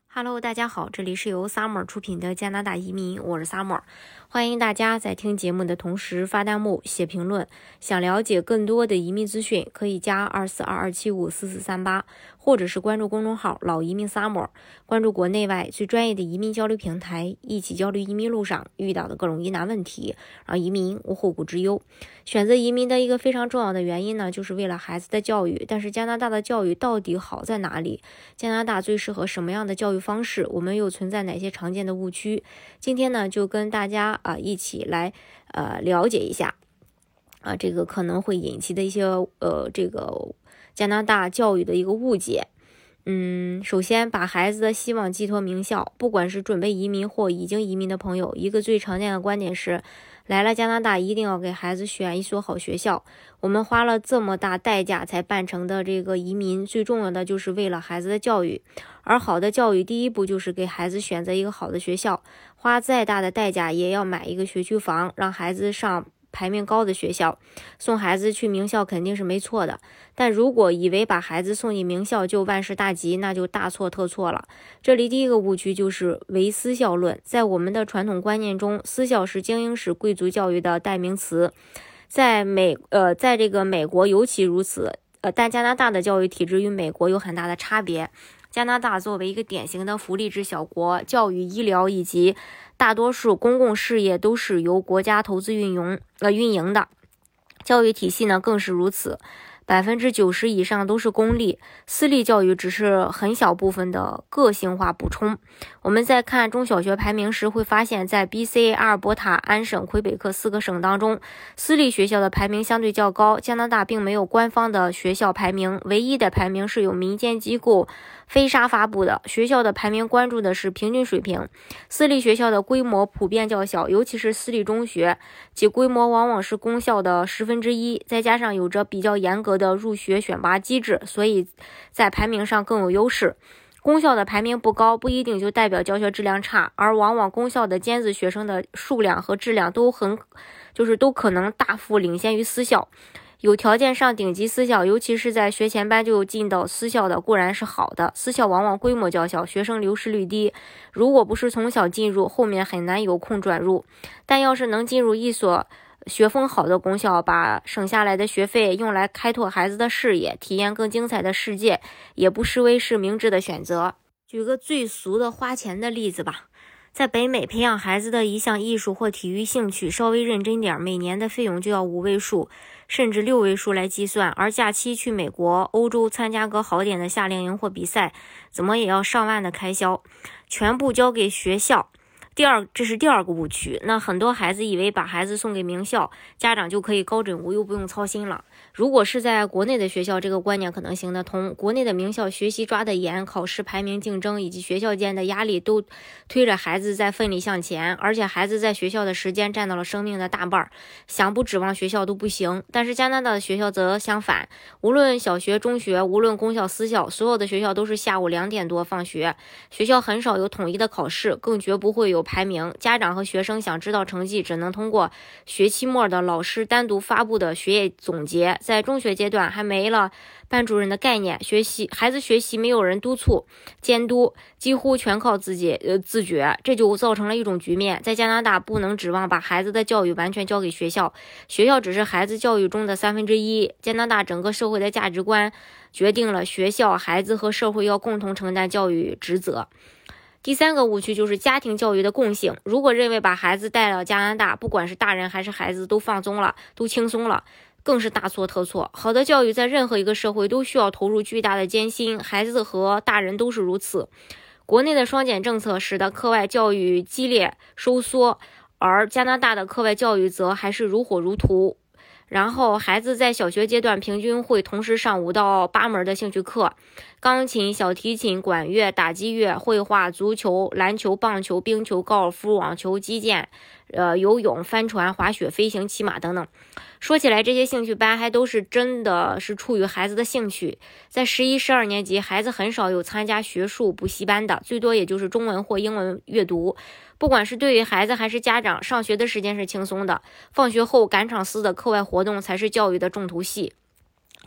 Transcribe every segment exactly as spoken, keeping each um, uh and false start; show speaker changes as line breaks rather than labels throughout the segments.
Hello，大家好，这里是由 Summer 出品的加拿大移民，我是 Summer， 欢迎大家在听节目的同时发弹幕、写评论。想了解更多的移民资讯，可以加二四二二七五四四三八，或者是关注公众号老移民 Summer， 关注国内外最专业的移民交流平台，一起交流移民路上遇到的各种疑难问题，让移民无后顾之忧。选择移民的一个非常重要的原因呢，就是为了孩子的教育。但是加拿大的教育到底好在哪里？加拿大最适合什么样的教育方式？我们又存在哪些常见的误区？今天呢，就跟大家啊一起来呃了解一下啊这个可能会引起的一些呃这个加拿大教育的一个误解。嗯，首先把孩子的希望寄托名校，不管是准备移民或已经移民的朋友，一个最常见的观点是，来了加拿大一定要给孩子选一所好学校。我们花了这么大代价才办成的这个移民，最重要的就是为了孩子的教育。而好的教育第一步就是给孩子选择一个好的学校，花再大的代价也要买一个学区房，让孩子上排名高的学校。送孩子去名校肯定是没错的，但如果以为把孩子送进名校就万事大吉，那就大错特错了。这里第一个误区就是唯私校论。在我们的传统观念中，私校是精英式贵族教育的代名词，在美呃，在这个美国尤其如此。呃，但加拿大的教育体制与美国有很大的差别。加拿大作为一个典型的福利制小国，教育、医疗以及大多数公共事业都是由国家投资运营呃运营的，教育体系呢更是如此。百分之九十以上都是公立，私立教育只是很小部分的个性化补充。我们在看中小学排名时会发现，在 B C、阿尔伯塔、安省、魁北克四个省当中，私立学校的排名相对较高。加拿大并没有官方的学校排名，唯一的排名是由民间机构飞沙发布的。学校的排名关注的是平均水平。私立学校的规模普遍较小，尤其是私立中学，其规模往往是公校的十分之一，再加上有着比较严格的入学选拔机制，所以在排名上更有优势。公校的排名不高，不一定就代表教学质量差，而往往公校的尖子学生的数量和质量都很，就是都可能大幅领先于私校。有条件上顶级私校，尤其是在学前班就进到私校的固然是好的，私校往往规模较小，学生流失率低，如果不是从小进入，后面很难有空转入。但要是能进入一所学风好的公校，把省下来的学费用来开拓孩子的视野，体验更精彩的世界，也不失为是明智的选择。举个最俗的花钱的例子吧，在北美培养孩子的一项艺术或体育兴趣，稍微认真点，每年的费用就要五位数甚至六位数来计算，而假期去美国、欧洲参加个好点的夏令营或比赛，怎么也要上万的开销，全部交给学校。第二，这是第二个误区。那很多孩子以为把孩子送给名校，家长就可以高枕无忧，不用操心了。如果是在国内的学校，这个观念可能行得通。国内的名校学习抓得严，考试排名竞争以及学校间的压力都推着孩子在奋力向前，而且孩子在学校的时间占到了生命的大半，想不指望学校都不行。但是加拿大的学校则相反，无论小学、中学，无论公校、私校，所有的学校都是下午两点多放学，学校很少有统一的考试，更绝不会有排名。家长和学生想知道成绩，只能通过学期末的老师单独发布的学业总结。在中学阶段还没了班主任的概念，学习孩子学习没有人督促监督，几乎全靠自己呃自觉，这就造成了一种局面。在加拿大不能指望把孩子的教育完全交给学校，学校只是孩子教育中的三分之一。加拿大整个社会的价值观决定了学校、孩子和社会要共同承担教育职责。第三个误区就是家庭教育的共性。如果认为把孩子带到加拿大，不管是大人还是孩子都放松了，都轻松了，更是大错特错。好的教育在任何一个社会都需要投入巨大的艰辛，孩子和大人都是如此。国内的双减政策使得课外教育激烈收缩，而加拿大的课外教育则还是如火如荼。然后孩子在小学阶段平均会同时上五到八门的兴趣课，钢琴、小提琴、管乐、打击乐、绘画、足球、篮球、棒球、冰球、高尔夫、网球、击剑、呃游泳、帆船、滑雪、飞行、骑马等等。说起来，这些兴趣班还都是真的是出于孩子的兴趣。在十一、十二年级，孩子很少有参加学术补习班的，最多也就是中文或英文阅读。不管是对于孩子还是家长，上学的时间是轻松的，放学后赶场式的课外活动才是教育的重头戏。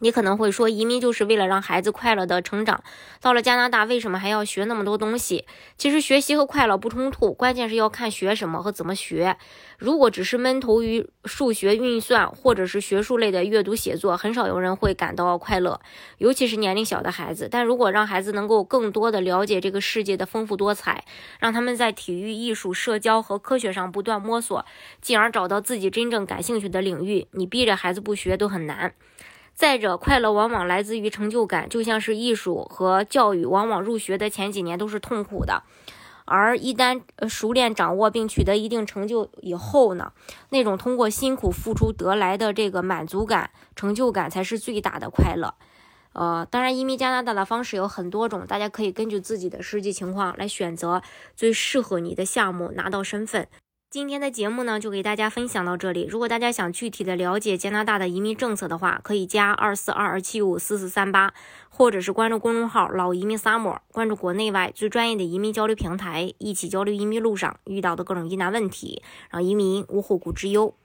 你可能会说，移民就是为了让孩子快乐的成长，到了加拿大为什么还要学那么多东西？其实学习和快乐不冲突，关键是要看学什么和怎么学。如果只是闷头于数学运算或者是学术类的阅读写作，很少有人会感到快乐，尤其是年龄小的孩子。但如果让孩子能够更多的了解这个世界的丰富多彩，让他们在体育、艺术、社交和科学上不断摸索，进而找到自己真正感兴趣的领域，你逼着孩子不学都很难。再者，快乐往往来自于成就感，就像是艺术和教育，往往入学的前几年都是痛苦的，而一旦熟练掌握并取得一定成就以后呢，那种通过辛苦付出得来的这个满足感、成就感才是最大的快乐。呃，当然，移民加拿大的方式有很多种，大家可以根据自己的实际情况来选择最适合你的项目，拿到身份。今天的节目呢，就给大家分享到这里。如果大家想具体的了解加拿大的移民政策的话，可以加二四二二七五四四三八，或者是关注公众号老移民 Summer， 关注国内外最专业的移民交流平台，一起交流移民路上遇到的各种疑难问题，让移民无后顾之忧。